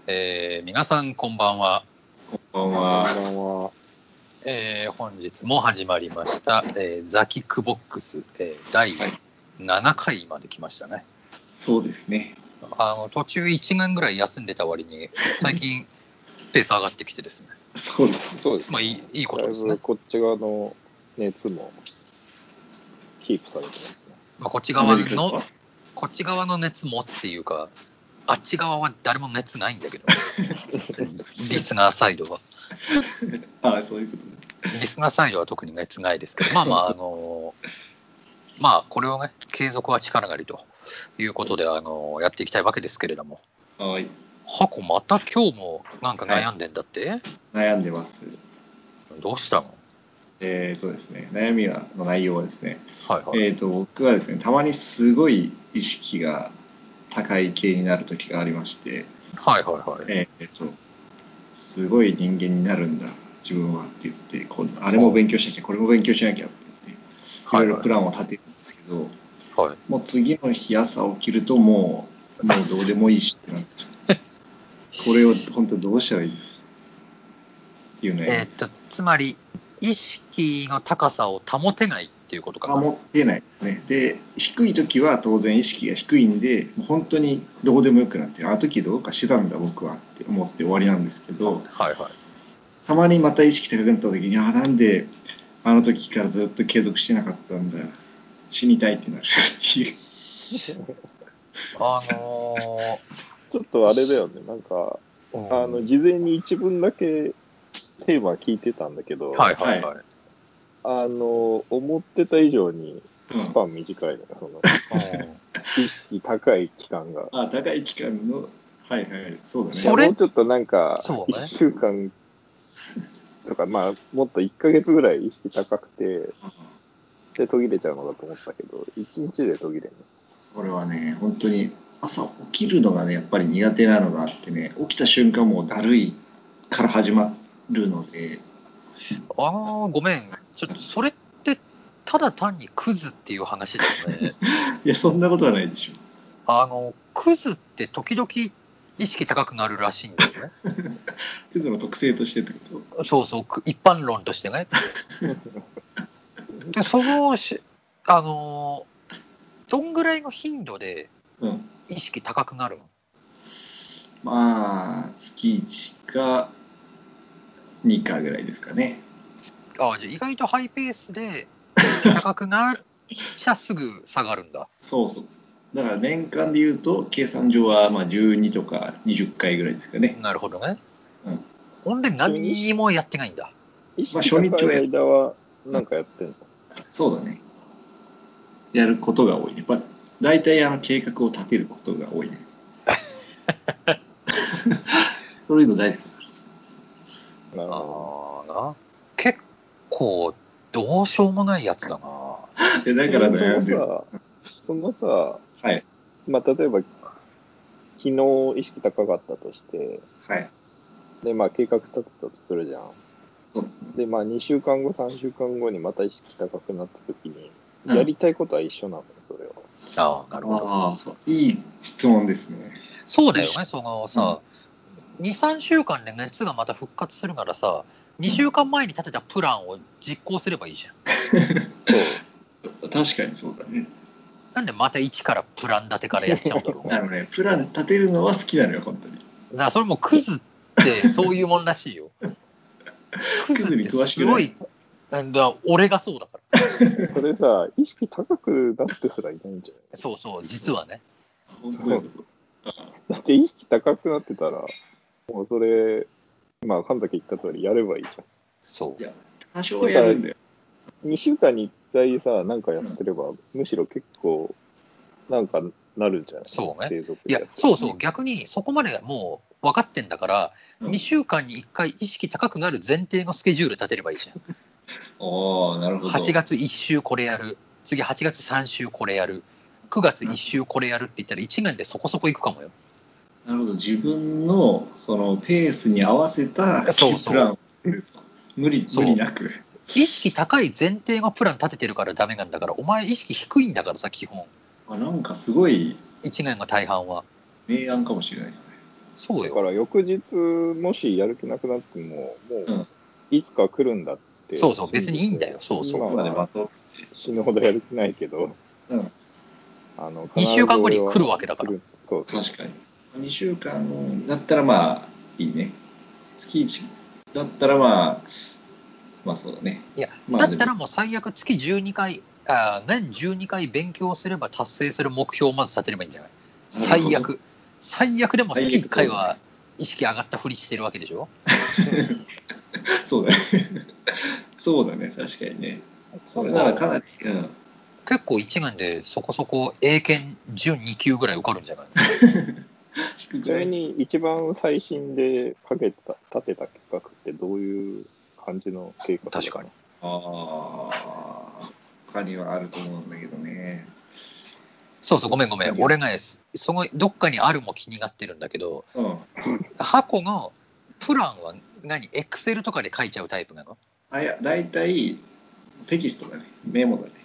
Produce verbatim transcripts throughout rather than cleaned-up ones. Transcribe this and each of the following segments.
えー、皆さんこんばんは。 こんばんは。こんばんは。 えー、本日も始まりました、えー、ザキックボックス、えー、だいななかいまで来ましたね。 そうですね。 あの途中いちねんぐらい休んでた割に最近ペース上がってきてですね。 そうですね。 そうですね。 まあいい、いいことですね。 だいぶこっち側の熱もキープされてますね。 まあ、こっち側のこっち側の熱もっていうか、あっち側は誰も熱ないんだけど、リスナーサイドは。 ああ、そういうことね。 リスナーサイドは特に熱ないですけど、まあまあ、あのまあ、これをね、継続は力なりということで、あのやっていきたいわけですけれども。 はい。 ハコ、また今日もなんか悩んでんだって、はい、 悩んでます。 どうしたの？ えっとですね、悩みはの内容はですね、 はいはい、 えっと、僕はですね、たまにすごい意識が高い系になる時がありまして、 はいはいはい。 えっと、すごい人間になるんだ、自分はって言って、今度あれも勉強しなきゃ、これも勉強しなきゃって言って、いろいろプランを立てるんですけど、はい、もう次の日朝起きるともう、もうどうでもいいしってなって、これを本当どうしたらいいですかっていうね。 えー、っと、つまり、意識の高さを保てないっていうことかな。 保てないですね。で、低い時は当然意識が低いんで、もう本当にどうでもよくなって、あの時どうかしてたんだ僕はって思って終わりなんですけど、 はいはい、 たまにまた意識高くなった時に、あ、なんであの時からずっと継続してなかったんだ、死にたいってなるっていう。 あのー、ちょっとあれだよね、なんか、あの事前に一文だけテーマ聞いてたんだけど、 はいはいはい、 あの思ってた以上にスパン短いね、うん、その意識高い期間が。 あ、高い期間の、はいはい、そうだね。 それもうちょっとなんか、いっしゅうかんとか、まあ、もっといっかげつぐらい意識高くて、で、途切れちゃうのだと思ったけど、いちにちで途切れるね。 それはね、本当に朝起きるのがね、やっぱり苦手なのがあってね、起きた瞬間もうだるいから始まるので。 ああ、ごめん。ちょっとそれってただ単にクズっていう話だよね。 いや、そんなことはないでしょ。 あの、クズって時々意識高くなるらしいんだよね。 クズの特性としてってこと？ そうそう、一般論としてね。で、そのし、あの、どんぐらいの頻度で意識高くなるの？ うん、まあ、月いちかにかぐらいですかね。 ああ、じゃあ意外とハイペースで意識高くなっちゃすぐ下がるんだ。 そうそうそう。だから年間でいうと、計算上はまあじゅうにとかにじゅっかいぐらいですかね。 なるほどね。 うん。 ほんで何にもやってないんだ。 意識高い間は何かやってんの？ そうだね。やることが多いね。やっぱ大体あの計画を立てることが多いね。そういうの大好きです。 なるほど。ああ、結構どうしようもないやつだな。 でだから悩んでる。 そのさ、そのさ、 はい。 まあ例えば昨日意識高かったとして、 はい。 でまあ計画立てたとするじゃん。 そうですね。 でまあにしゅうかんごさんしゅうかんごにまた意識高くなった時に、うん、やりたいことは一緒なの、それは。 ああ、なるほど。 ああ、そう。いい質問ですね。 そうだよね。そのさ、うん、に、さんしゅうかんで熱がまた復活するならさ、にしゅうかんまえに立てたプランを実行すればいいじゃん。 そう。確かにそうだね。 なんでまた一からプラン立てからやっちゃうんだろうね。 あのね、プラン立てるのは好きなのよ、本当に。 だからそれもクズってそういうもんらしいよ。クズってすごい、だ俺がそうだから。 それさ、意識高くなってすらいないんじゃない？ そうそう、実はね。 本当いうこと。 だって意識高くなってたら、もうそれ、まあ神崎言った通りやればいいじゃん。 そう。 いや、多少はやるんだよ。 にしゅうかんにいっかいさ、なんかやってれば、うん、むしろ結構、なんかなるんじゃない？ そうね。 継続いや、そうそう、逆にそこまでもう分かってんだから、うん、にしゅうかんにいっかい意識高くなる前提のスケジュール立てればいいじゃん。 ああ、なるほど。 はちがついっ週これやる。次はちがつさん週これやる。くがついっ週これやるって言ったらいちねんでそこそこいくかもよ。 なるほど。自分のそのペースに合わせたプランを立てると。無理、無理なく。 意識高い前提のプラン立ててるからダメなんだから、お前意識低いんだからさ、基本。 あ、なんかすごい。 いちねんの大半は。 明暗かもしれないですね。 そうよ。 だから翌日もしやる気なくなっても、もういつか来るんだって、 うん。そうそう、別にいいんだよ。そうそう。 今まで死ぬほどやる気ないけど、 うん。 あのにしゅうかんごに来るわけだから。 そうそう。 確かに。にしゅうかんだったらまあいいね。月いちだったらまあ、まあそうだね。 いや、まあ、だったらもう最悪月じゅうにかい、あ年じゅうにかい勉強すれば達成する目標をまず立てればいいんじゃない？最悪。最悪でも月いっかいは意識上がったふりしてるわけでしょ？ そうだね。そうだね、確かにね。それならかなり、うん、 結構いちねんでそこそこ英検準に級ぐらい受かるんじゃないの？ ちなみに一番最新でかけた立てた計画ってどういう感じの計画？ 確かに。 ああ、他にはあると思うんだけどね。 そうそう、ごめんごめん。俺がそのどっかにあるも気になってるんだけど、うん、箱のプランは何？エクセルとかで書いちゃうタイプなの？ あ、いや、だいたいテキストだね。メモだね。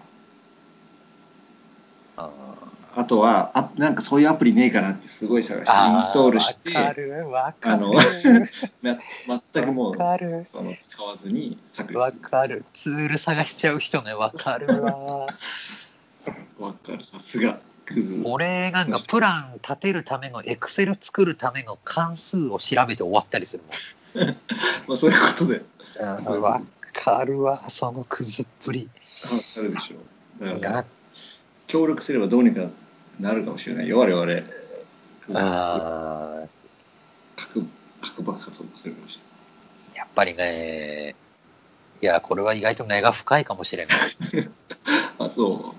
ああとはあ、なんかそういうアプリねえかなってすごい探してインストールして、 わかるわかる。あの全くもうその使わずに削除する。わかる。ツール探しちゃう人ね、わかるわ。 わかる、さすが。 俺なんかプラン立てるためのエクセル作るための関数を調べて終わったりするもん。まあそういうことで。 わかるわ、そのクズっぷり。 わかるでしょ。だから協力すればどうにかなるかもしれないよ、我々。ああ。核、核爆発を起こせるかもしれない。 やっぱりね、いや、これは意外と根が深いかもしれない。 あ、そう。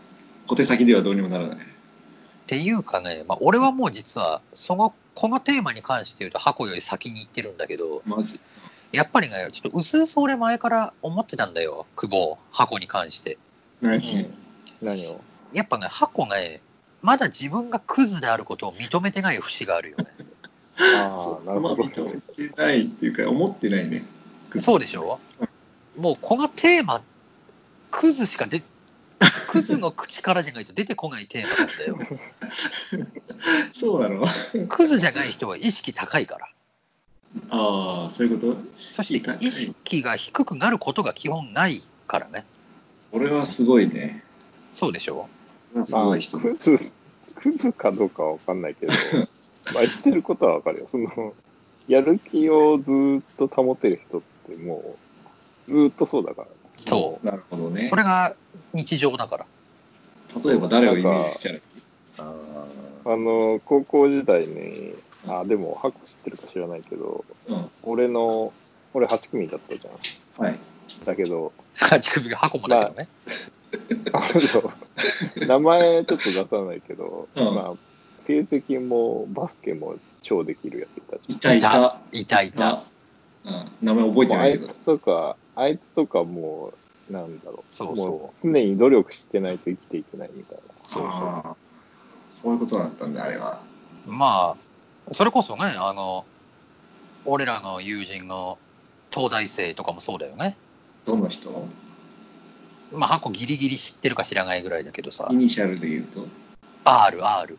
小手先ではどうにもならない。 っていうかね、まあ、俺はもう実はそのこのテーマに関して言うと箱より先に行ってるんだけど、 マジ？ やっぱりね、ちょっとうすうす俺前から思ってたんだよ、久保、箱に関して。 何？ うん、何を？ やっぱね、箱ね、まだ自分がクズであることを認めてない節があるよね。 ああ、なるほど。認めてないっていうか、思ってないね。 そうでしょ？もうこのテーマ、クズしか出クズの口からじゃないと出てこないテーマなんだよ。 そうなの？ クズじゃない人は意識高いから。 ああ、そういうこと？ そして意識が低くなることが基本ないからね。 これはすごいね。 そうでしょ？ すごい人。まあ、クズ、クズかどうかは分かんないけど、まあ言ってることは分かるよ。その、やる気をずっと保てる人ってもう、ずっとそうだから、ね。 そう。 なるほどね。 それが日常だから。 例えば誰をイメージしちゃう？ あの、高校時代に、あ、でも、ハコ知ってるか知らないけど、うん、俺の、俺はち組だったじゃん。はい。だけど、 はち組がハコもだけどね。 まあ、そう名前ちょっと出さないけど、うん、まあ、成績もバスケも超できるやついたじゃん。いたいたいたいた。 うん、名前覚えてないけど。 あいつとか、あいつとかもう、なんだろう。 そうそう。 もう常に努力してないと生きていけないみたいな。 そうそう。 そういうことだったんだ、あれは。 まあ、それこそね、あの、俺らの友人の東大生とかもそうだよね。 どの人？ まあ、ハコギリギリ知ってるか知らないぐらいだけどさ。 イニシャルで言うと ?R、R。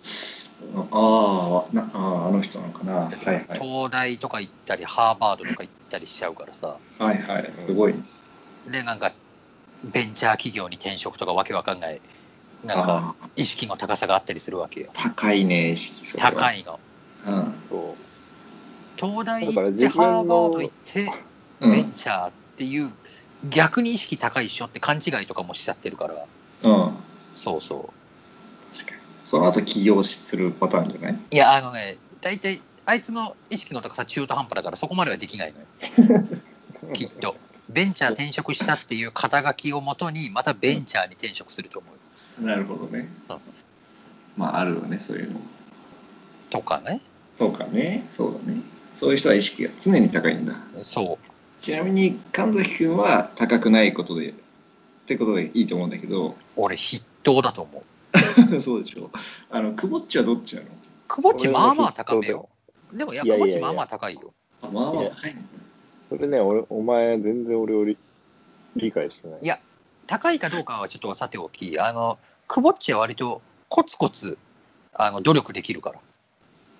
ああ、なあ、あの人なのかな。はいはい。 東大とか行ったり、ハーバードとか行ったりしちゃうからさ。 はいはい、すごい。 で、なんか、ベンチャー企業に転職とかわけわかんない、なんか、意識の高さがあったりするわけよ。 高いね、意識。それは高いの。 うん。 そう。東大行って、ハーバード行って、ベンチャーっていう、逆に意識高いっしょって勘違いとかもしちゃってるから。 うん。 そうそう。 確かに。その後起業するパターンじゃない？ いや、あのね、大体、あいつの意識の高さ中途半端だからそこまではできないのよ。きっと。ベンチャー転職したっていう肩書きをもとに、またベンチャーに転職すると思う。 うん、なるほどね。うん、まあ、あるよね、そういうの。 とかね。 とかね。そうだね。そういう人は意識が常に高いんだ。 そう。 ちなみに神崎君は高くないことでってことでいいと思うんだけど、 俺筆頭だと思うそうでしょ。あの久保っちはどっちなの？ 久保っちまあまあ高めよ。でもいや久保っちまあまあ高いよ。 あ、まあまあ高いんだ。 それね、俺お前全然俺を理解してない。 いや高いかどうかはちょっとさておき、あの久保っちは割とコツコツあの努力できるから。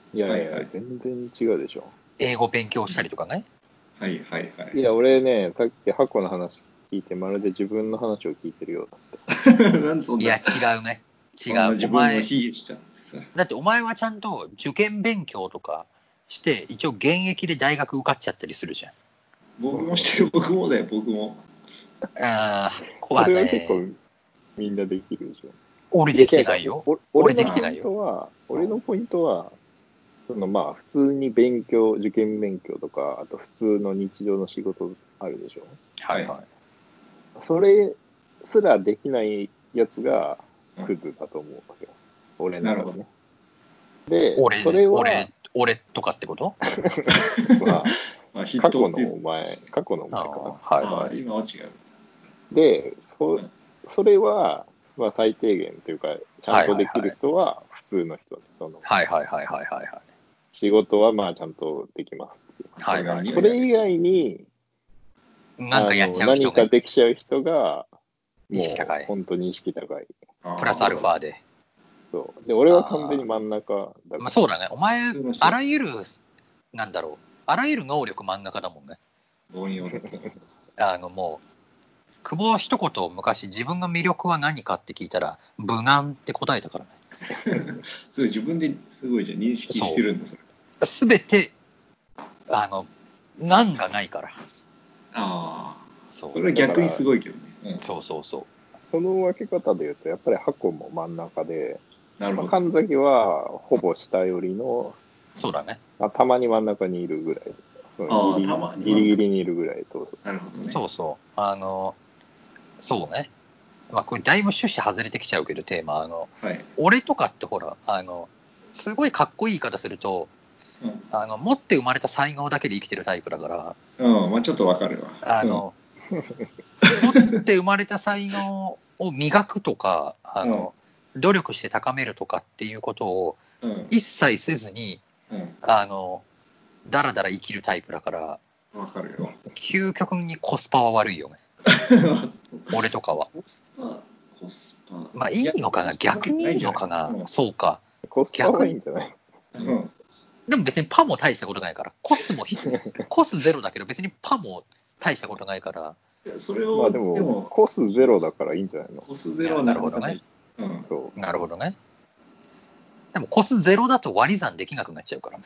いやいや、はいはい、全然違うでしょ。 英語勉強したりとかね。 はいはいはい。 いや、俺ね、さっき箱の話聞いて、まるで自分の話を聞いてるようだった。 なんでそんな。 いや、違うね。違う。 自分を卑下しちゃってさ。 だってお前はちゃんと受験勉強とかして、一応現役で大学受かっちゃったりするじゃん。 僕もしてる、僕もだよ、僕も。 ああ、 それは結構みんなできるでしょ。 俺できてないよ。 俺できてないよ。俺のポイントは、そのまあ普通に勉強、受験勉強とか、あと普通の日常の仕事あるでしょ。 はいはい。 それすらできないやつがクズだと思うわけよ。俺なのね。で、 俺それは俺、俺とかってことまあ、過去のお前、過去のお前かな。 はいはい。今は違う。 で、そそれは、まあ最低限というか、ちゃんとできる人は普通の人、その。 はいはいはいはいはいはい。 仕事はまあちゃんとできますっていう。 はいはい。 それ以外に、 なんかやっちゃう人、ね、 何かできちゃう人が、 意識高い。 本当に意識高い。 プラスアルファで。 そう。で、俺は完全に真ん中だから。 まあ、そうだね。お前、あらゆる、なんだろう、あらゆる能力真ん中だもんね。あの、もう、久保は一言昔、自分の魅力は何かって聞いたら、無難って答えたからね。 すごい、自分ですごいじゃん、認識してるんですよ。 すべて、あの、難がないから。 ああ。そう。それは逆にすごいけどね。 うん、そうそうそう。 その分け方で言うと、やっぱり箱も真ん中で、 なるほど。 まあ、神崎はほぼ下寄りの、 そうだね。 まあ、たまに真ん中にいるぐらい。 あギリギリギリにいるぐらい。そうそう。 なるほどね。 そうそう。あの、そうね。まあ、これだいぶ趣旨外れてきちゃうけど、テーマ。あの、 はい、 俺とかってほら、あの、すごいかっこいい言い方すると、うん、あの持って生まれた才能だけで生きてるタイプだから、 うん、まあちょっとわかるわ。 あの、うん、持って生まれた才能を磨くとか、あの、うん、努力して高めるとかっていうことを一切せずに、うん、あの、だらだら生きるタイプだから、 わかるよ。 究極にコスパは悪いよね。俺とかは。 コスパ、コスパ。 まあいいのかな、逆にいいのかな、うん、そうか。 コスパはいいんじゃない？ うん、でも別にパも大したことないから、コスもコスゼロだけど別にパも大したことないから。 それを、 まあでも、でもコスゼロだからいいんじゃないの？ コスゼロなるほどね。 うん、そう。 なるほどね。でもコスゼロだと割り算できなくなっちゃうから、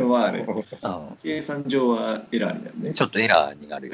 ね。まあね、うん、計算上はエラーになるね。 ちょっとエラーになるよ。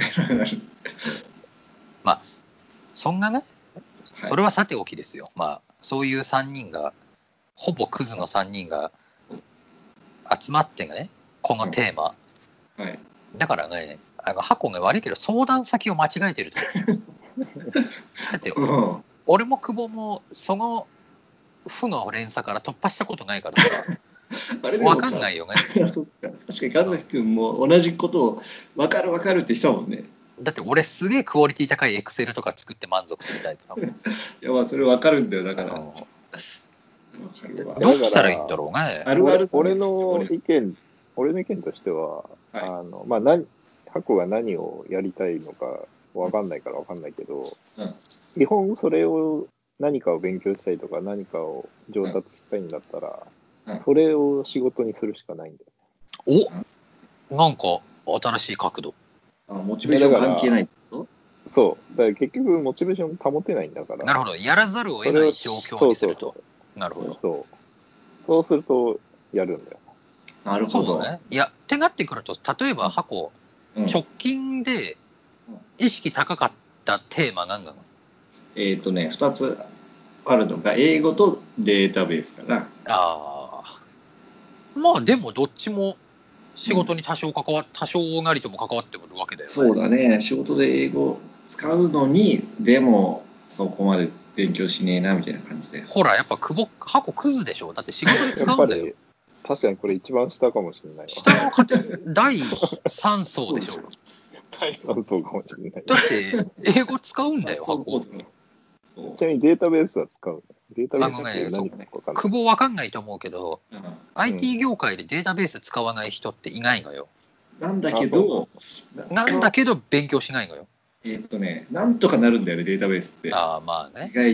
まあ、そんなね、それはさておきですよ。まあ、そういうさんにんが、ほぼクズのさんにんが集まってね、このテーマ。 うん、はい、 だからね、あの箱が悪いけど相談先を間違えてるとだって、うん、俺も久保もその負の連鎖から突破したことないからさ分かんないよね。 そっか、確かに神崎君も同じことを分かる分かるってしたもんね。 だって俺すげえクオリティ高いエクセルとか作って満足するタイプだもん。いやまあそれ分かるんだよ、だから。うん、 どうしたらいいんだろうね。 あるある俺の意見、俺の意見としては、はい、あのまあ何箱が何をやりたいのか分かんないから分かんないけど、うん、基本それを何かを勉強したいとか何かを上達したいんだったら、うん、それを仕事にするしかないんだよね。お、なんか新しい角度。 あ、モチベーション関係ないってこと？ そう。だから結局モチベーション保てないんだから。 なるほど。やらざるを得ない状況にすると。そうそうそう、なるほど。 そう。そうするとやるんだよ。 なるほど。 そうね。いや、ってなってくると、例えば箱、うん、直近で意識高かったテーマ何なの？ えっとね、ふたつあるのが、英語とデータベースかな。 ああ。まあでもどっちも仕事に多少関わ、うん、多少なりとも関わってくるわけだよね。 そうだね。仕事で英語使うのに、でもそこまで勉強しねえなみたいな感じで。 ほら、やっぱ久保、箱クズでしょ。だって仕事で使うんだよ。 確かにこれ一番下かもしれないわ。 下の家庭、だいさん層でしょ。 だいさん層かもしれない。 だって英語使うんだよ、箱。 ちなみにデータベースは使うの？データベースって何か分かんない。 あのね、久保分かんないと思うけど、うん、アイティー 業界でデータベース使わない人っていないのよ。 なんだけど、 なんだけど勉強しないのよ。 えーっとね、なんとかなるんだよね、データベースって。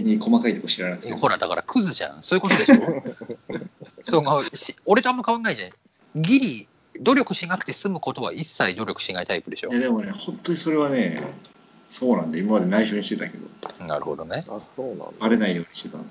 ああ、まあね。 意外に細かいとこ知らなくて。 ほら、だからクズじゃん。そういうことでしょ。 そうまあし俺とあんま変わんないじゃん。ギリ努力しなくて済むことは一切努力しないタイプでしょ。 いやでもね、本当にそれはね、そうなんで、今まで内緒にしてたけど。 なるほどね。 あ、そうなんだ。 バレないようにしてたんだ。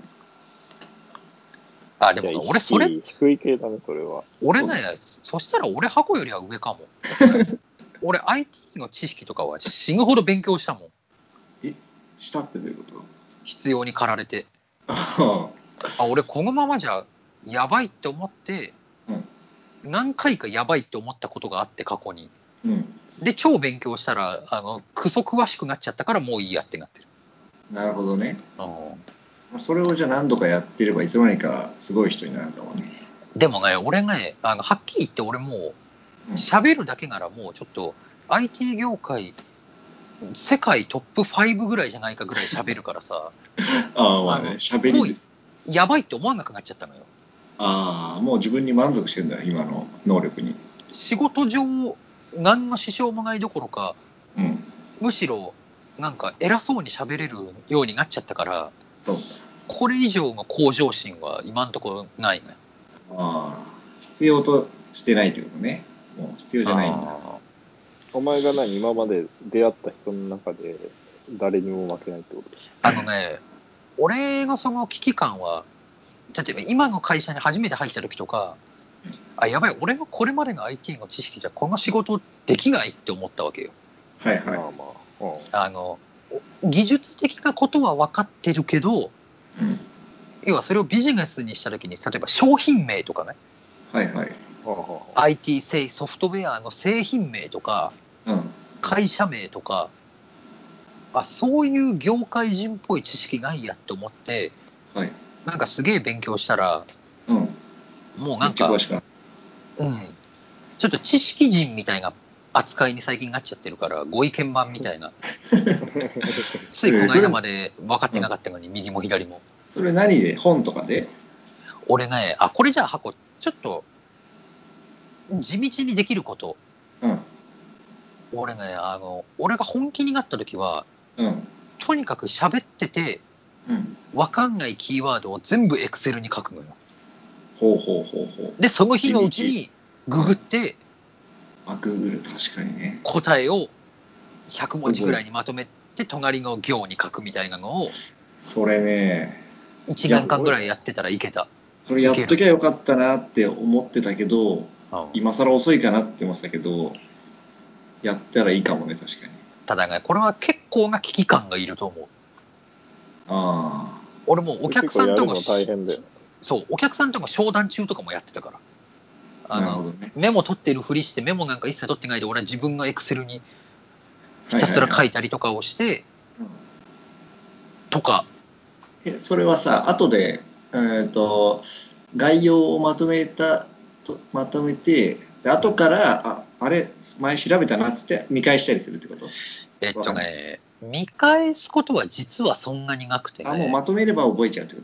あ、でも俺それ低い系だね、それは。 俺ね、そしたら俺箱よりは上かも。俺 アイティー の知識とかは死ぬほど勉強したもん。 え、したってどういうこと？ 必要に駆られて。あ、俺このままじゃやばいって思って、うん、何回かやばいって思ったことがあって過去に。うん、で超勉強したらあのクソ詳しくなっちゃったからもういいやってなってる。 なるほどね。うん、それをじゃあ何度かやってればいつの間にかすごい人になるかもね。 でもね、俺ね、あのはっきり言って俺もう喋るだけならもうちょっと アイティー 業界世界トップごぐらいじゃないかぐらい喋るからさ。 ああまあね、喋りもうやばいって思わなくなっちゃったのよ。 ああ、もう自分に満足してるんだ、今の能力に。 仕事上何の支障もないどころか、うん、むしろなんか偉そうに喋れるようになっちゃったから、そうこれ以上の向上心は今んところないね。 ああ、必要としてないってことね。もう必要じゃないんだ。 お前が何今まで出会った人の中で誰にも負けないってこと？ あのね、俺のその危機感は、例えば今の会社に初めて入った時とか、あ、やばい、俺のこれまでの アイティー の知識じゃこの仕事できないって思ったわけよ。 はいはい。まあまあ、うん、あの技術的なことは分かってるけど、うん、要はそれをビジネスにした時に、例えば商品名とかね、 はいはい、 アイティー 製ソフトウェアの製品名とか、うん、会社名とか、あ、そういう業界人っぽい知識ないやって思って、はい、なんかすげえ勉強したら、うん、もうなんか、うん、ちょっと知識人みたいな扱いに最近なっちゃってるから、ご意見番みたいな。ついこの間まで分かってなかったのに、右も左も。 それ何で？本とかで？ 俺ね、あ、これじゃあ箱、ちょっと、地道にできること。うん、俺ね、あの、俺が本気になった時は、うん、とにかく喋ってて、うん、分かんないキーワードを全部エクセルに書くのよ。 ほうほうほうほう。 で、その日のうちにググって、 うん、あ、グーグル確かにね。 答えをひゃくもじぐらいにまとめて、隣の行に書くみたいなのを、 それね、 いちねんかんぐらいやってたらいけた。 それやっときゃよかったなって思ってたけど、うん、今更遅いかなって思ってたけど、やったらいいかもね、確かに。 ただね、これは結構な危機感がいると思う。ああ。俺もお客さんとも大変だよ。 そう、お客さんとも商談中とかもやってたから。あの、ね、メモ取ってるふりしてメモなんか一切取ってないで、俺は自分のエクセルにひたすら書いたりとかをして、はいはいはい、とか。 え、それはさ、後で、えーと、概要をまとめたとまとめて、後からああれ前調べたなっつって見返したりするってこと？ えっとね、見返すことは実はそんなになくてね。 あ、もうまとめれば覚えちゃうってこと？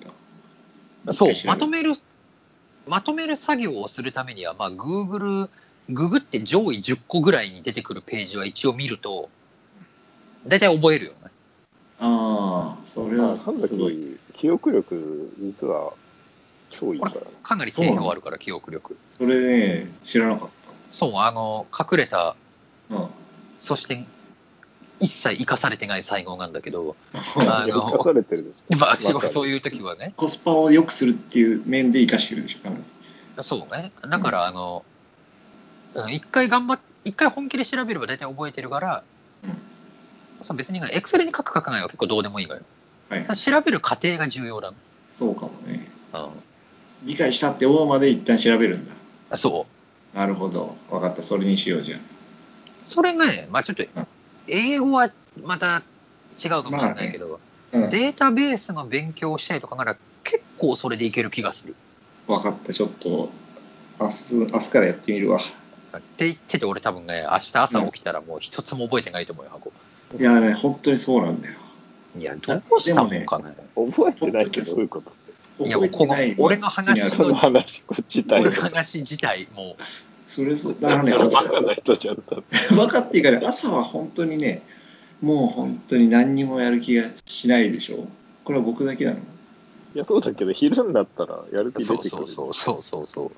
そう、まとめるまとめる作業をするためには、まあ Google ググって上位じゅっこぐらいに出てくるページは一応見ると大体覚えるよね。 ああ、それはすごい。 記憶力実は超いいから、ね、 かなり定評あるから記憶力。 それね、知らなかった。 そう、あの隠れた、うん、そして一切生かされてない才能なんだけど、 あの生かされてるでしょ。 まあ、そういう時はね。 コスパを良くするっていう面で生かしてるでしょ。 そうね。だから、うん、あの一回頑張っ一回本気で調べれば大体覚えてるから、うん、別にエクセルに書く書かないは結構どうでもいいわよ。はい、調べる過程が重要だ。 そうかもね。うん、理解したって思うまで一旦調べるんだ。 そう。 なるほど。分かった。それにしようじゃん。 それね、まあちょっと、うん、英語はまた違うかもしれないけど、まあね、うん、データベースの勉強をしたいとかなら結構それでいける気がする。 分かった。ちょっと明日、明日からやってみるわ。 って言ってて俺多分ね、明日朝起きたらもう一つも覚えてないと思うよ、箱。 いやね、本当にそうなんだよ。 いや、どうしたもんかね。 覚えてないけど、どういうこと？ いや、もうこの俺の話のこの話自体俺の話自体もうそれそうだからね、分かっていいから、朝は本当にね、もう本当に何にもやる気がしないでしょ。これは僕だけなの？ いや、そうだけど、昼になったらやる気出てくる。 そうそうそうそうそう。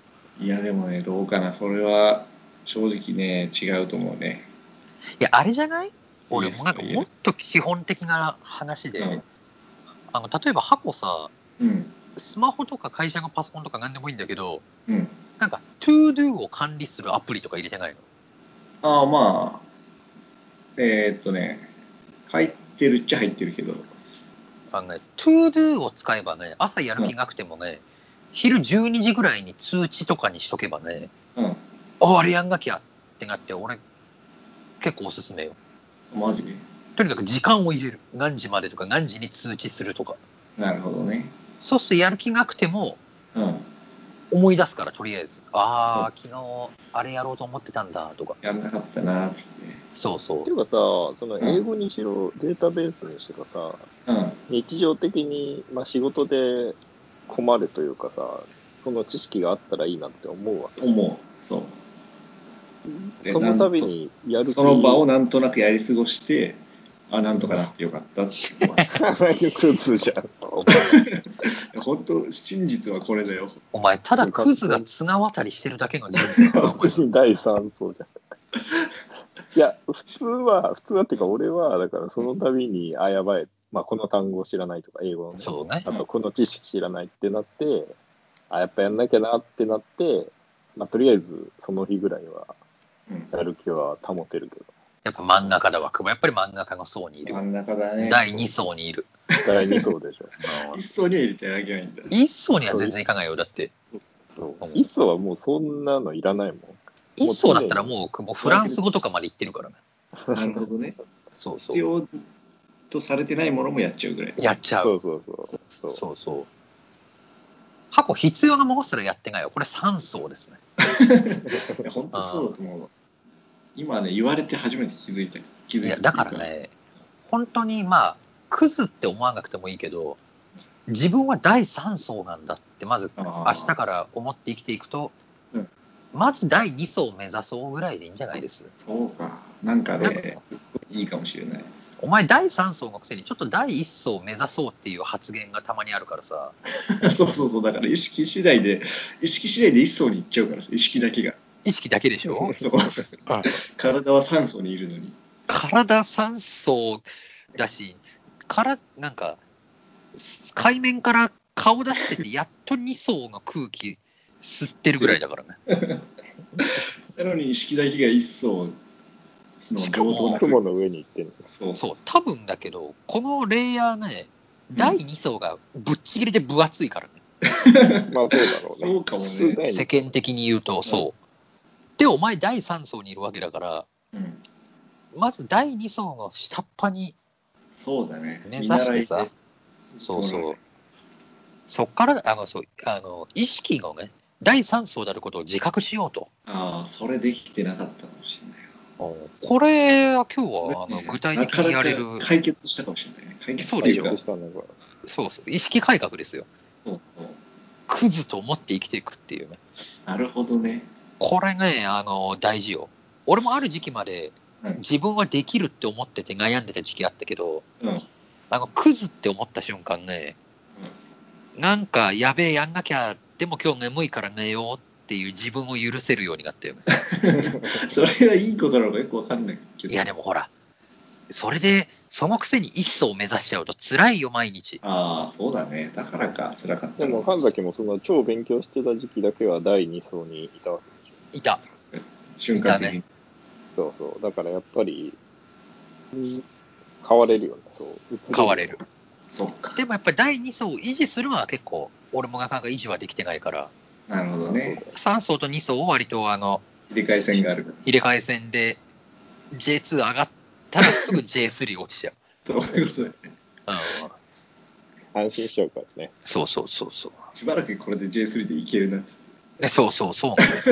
いや、でもね、どうかな。それは、正直ね、違うと思うね。 いや、あれじゃない？俺もなんかもっと基本的な話で、うん、あの例えば箱さ、うん、スマホとか会社のパソコンとか何でもいいんだけど、うん、なんか ToDo を管理するアプリとか入れてないの？ ああ、まあ、えー、っとね、入ってるっちゃ入ってるけど。 あのね、ToDo を使えばね、朝やる気なくてもね、うん、昼じゅうにじぐらいに通知とかにしとけばね、うん、ああれやんなきゃってなって、俺結構おすすめよ。 マジで？ とにかく時間を入れる。何時までとか何時に通知するとか。 なるほどね。 そうするとやる気なくても、うん、思い出すから、とりあえず。ああ、昨日あれやろうと思ってたんだとか。 やんなかったなーって。 そうそう。 っていうかさ、その英語にしろ、うん、データベースにしろさ、うん、日常的に、まあ、仕事で困るというかさ、その知識があったらいいなって思うわけ。 思う。そう。 その度にやる気、 その場をなんとなくやり過ごして、あ、なんとかなってよかったっていう。 クズじゃん。 お前。本当、真実はこれだよ。 お前、ただクズが綱渡りしてるだけの人生だな、 普通に第三層じゃん。いや、普通は、普通はっていうか、俺は、だからその度に、あ、やばい、まあ、この単語を知らないとか、英語のね、 そうね、 あとこの知識知らないってなって、あ、やっぱやんなきゃなってなって、まあ、とりあえずその日ぐらいは、やる気は保てるけど。 やっぱ真ん中だわ。やっぱり真ん中の層にいる。 真ん中だね。 だいに層にいる。 だいに層でしょ。 いっ層には入れてあげないんだ。 いっ層には全然いかないよ、だって。 いっ層はもうそんなのいらないもん。 いっ層だったらもう、もうフランス語とかまで言ってるからね。 なるほどね。 そうそう。 必要とされてないものもやっちゃうぐらい。 やっちゃう。 そうそうそう。 そうそうそう。箱必要なものすらやってないよ。これさん層ですね。 いや本当そうだと思うわ。今ね、言われて初めて気づいた。気づいた。いや、 だからね、本当にまあ、クズって思わなくてもいいけど、自分はだいさん層なんだって、まず明日から思って生きていくと、うん、まずだいに層を目指そうぐらいでいいんじゃないです？ そうか。なんかね、すごいいいかもしれない。 お前だいさん層のくせにちょっとだいいっ層を目指そうっていう発言がたまにあるからさ。 そうそうそう。だから意識次第で、意識次第でいっ層に行っちゃうからさ、意識だけが。 意識だけでしょ？ そう。体はさん層にいるのに。 体さん層だし、からなんか海面から顔出しててやっとに層の空気吸ってるぐらいだからね。 なのに意識だけがいっ層の上等な雲の上に行ってる。 そうそう、多分だけどこのレイヤーね、だいに層がぶっちぎりで分厚いからね。まあそうだろうね。 そうかもね。 世間的に言うとそう。うん、でお前だいさん層にいるわけだから、うん、まずだいに層の下っ端にそうだね。 目指してさ、そうそう。そっからあのそうあの意識のね、だいさん層であることを自覚しようと。 ああ、それできてなかったかもしれない。 これは今日はあの具体的にやれる。 なかなか解決したかもしれないね。解決そうでしょ。そうそう。意識改革ですよ。そうそう。クズと思って生きていくっていうね。 なるほどね。 これね、あの大事よ。俺もある時期まで自分はできるって思ってて悩んでた時期あったけど、うん、あのクズって思った瞬間ね、うん、なんかやべえやんなきゃ、でも今日眠いから寝ようっていう自分を許せるようになったよね。 それはいいことなのかよくわかんないけど。 いやでもほら、それでそのくせに一層を目指しちゃうと辛いよ毎日。 ああ、そうだね。だからか辛かった。 でも神崎もその超勉強してた時期だけはだいに層にいたわけでしょ。 いた。 瞬間的に。 ね、そうそう。だからやっぱり変われるよね。そう変われる。 そうか。 でもやっぱりだいに層を維持するのは結構俺もなかなか維持はできてないから。 なるほどね。 さん層とに層を割とあの入れ替え戦がある。 入れ替え戦で ジェイツー 上がったらすぐ ジェイスリー 落ちちゃう。 そういうことだよね。 うん。安心しちゃうからね。 そうそうそうそう。 しばらくこれで ジェイスリー でいけるなっつって。 そうそうそう。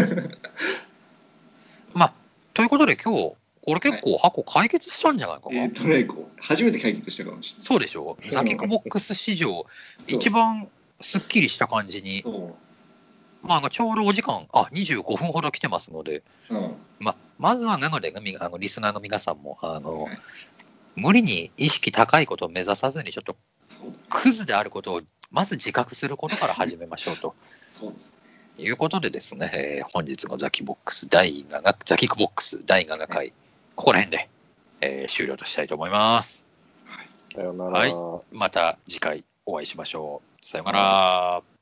まあということで今日これ結構箱解決したんじゃないかな。 はい、えー、トライコ初めて解決したかもしれない。 そうでしょ。ザキックボックス史上一番すっきりした感じに。まあ、ちょうどお時間あにじゅうごふんほど来てますので、うんまあ、まずはなのであのリスナーの皆さんもあの、はい、無理に意識高いことを目指さずにちょっとクズであることをまず自覚することから始めましょうと。 そうですね。 いうことでですね、えー、本日のザキボックス第なな、ザキックボックスだいななかい、ここら辺で、えー、終了としたいと思います。 はい。さようなら。 はい。また次回お会いしましょう。さようなら。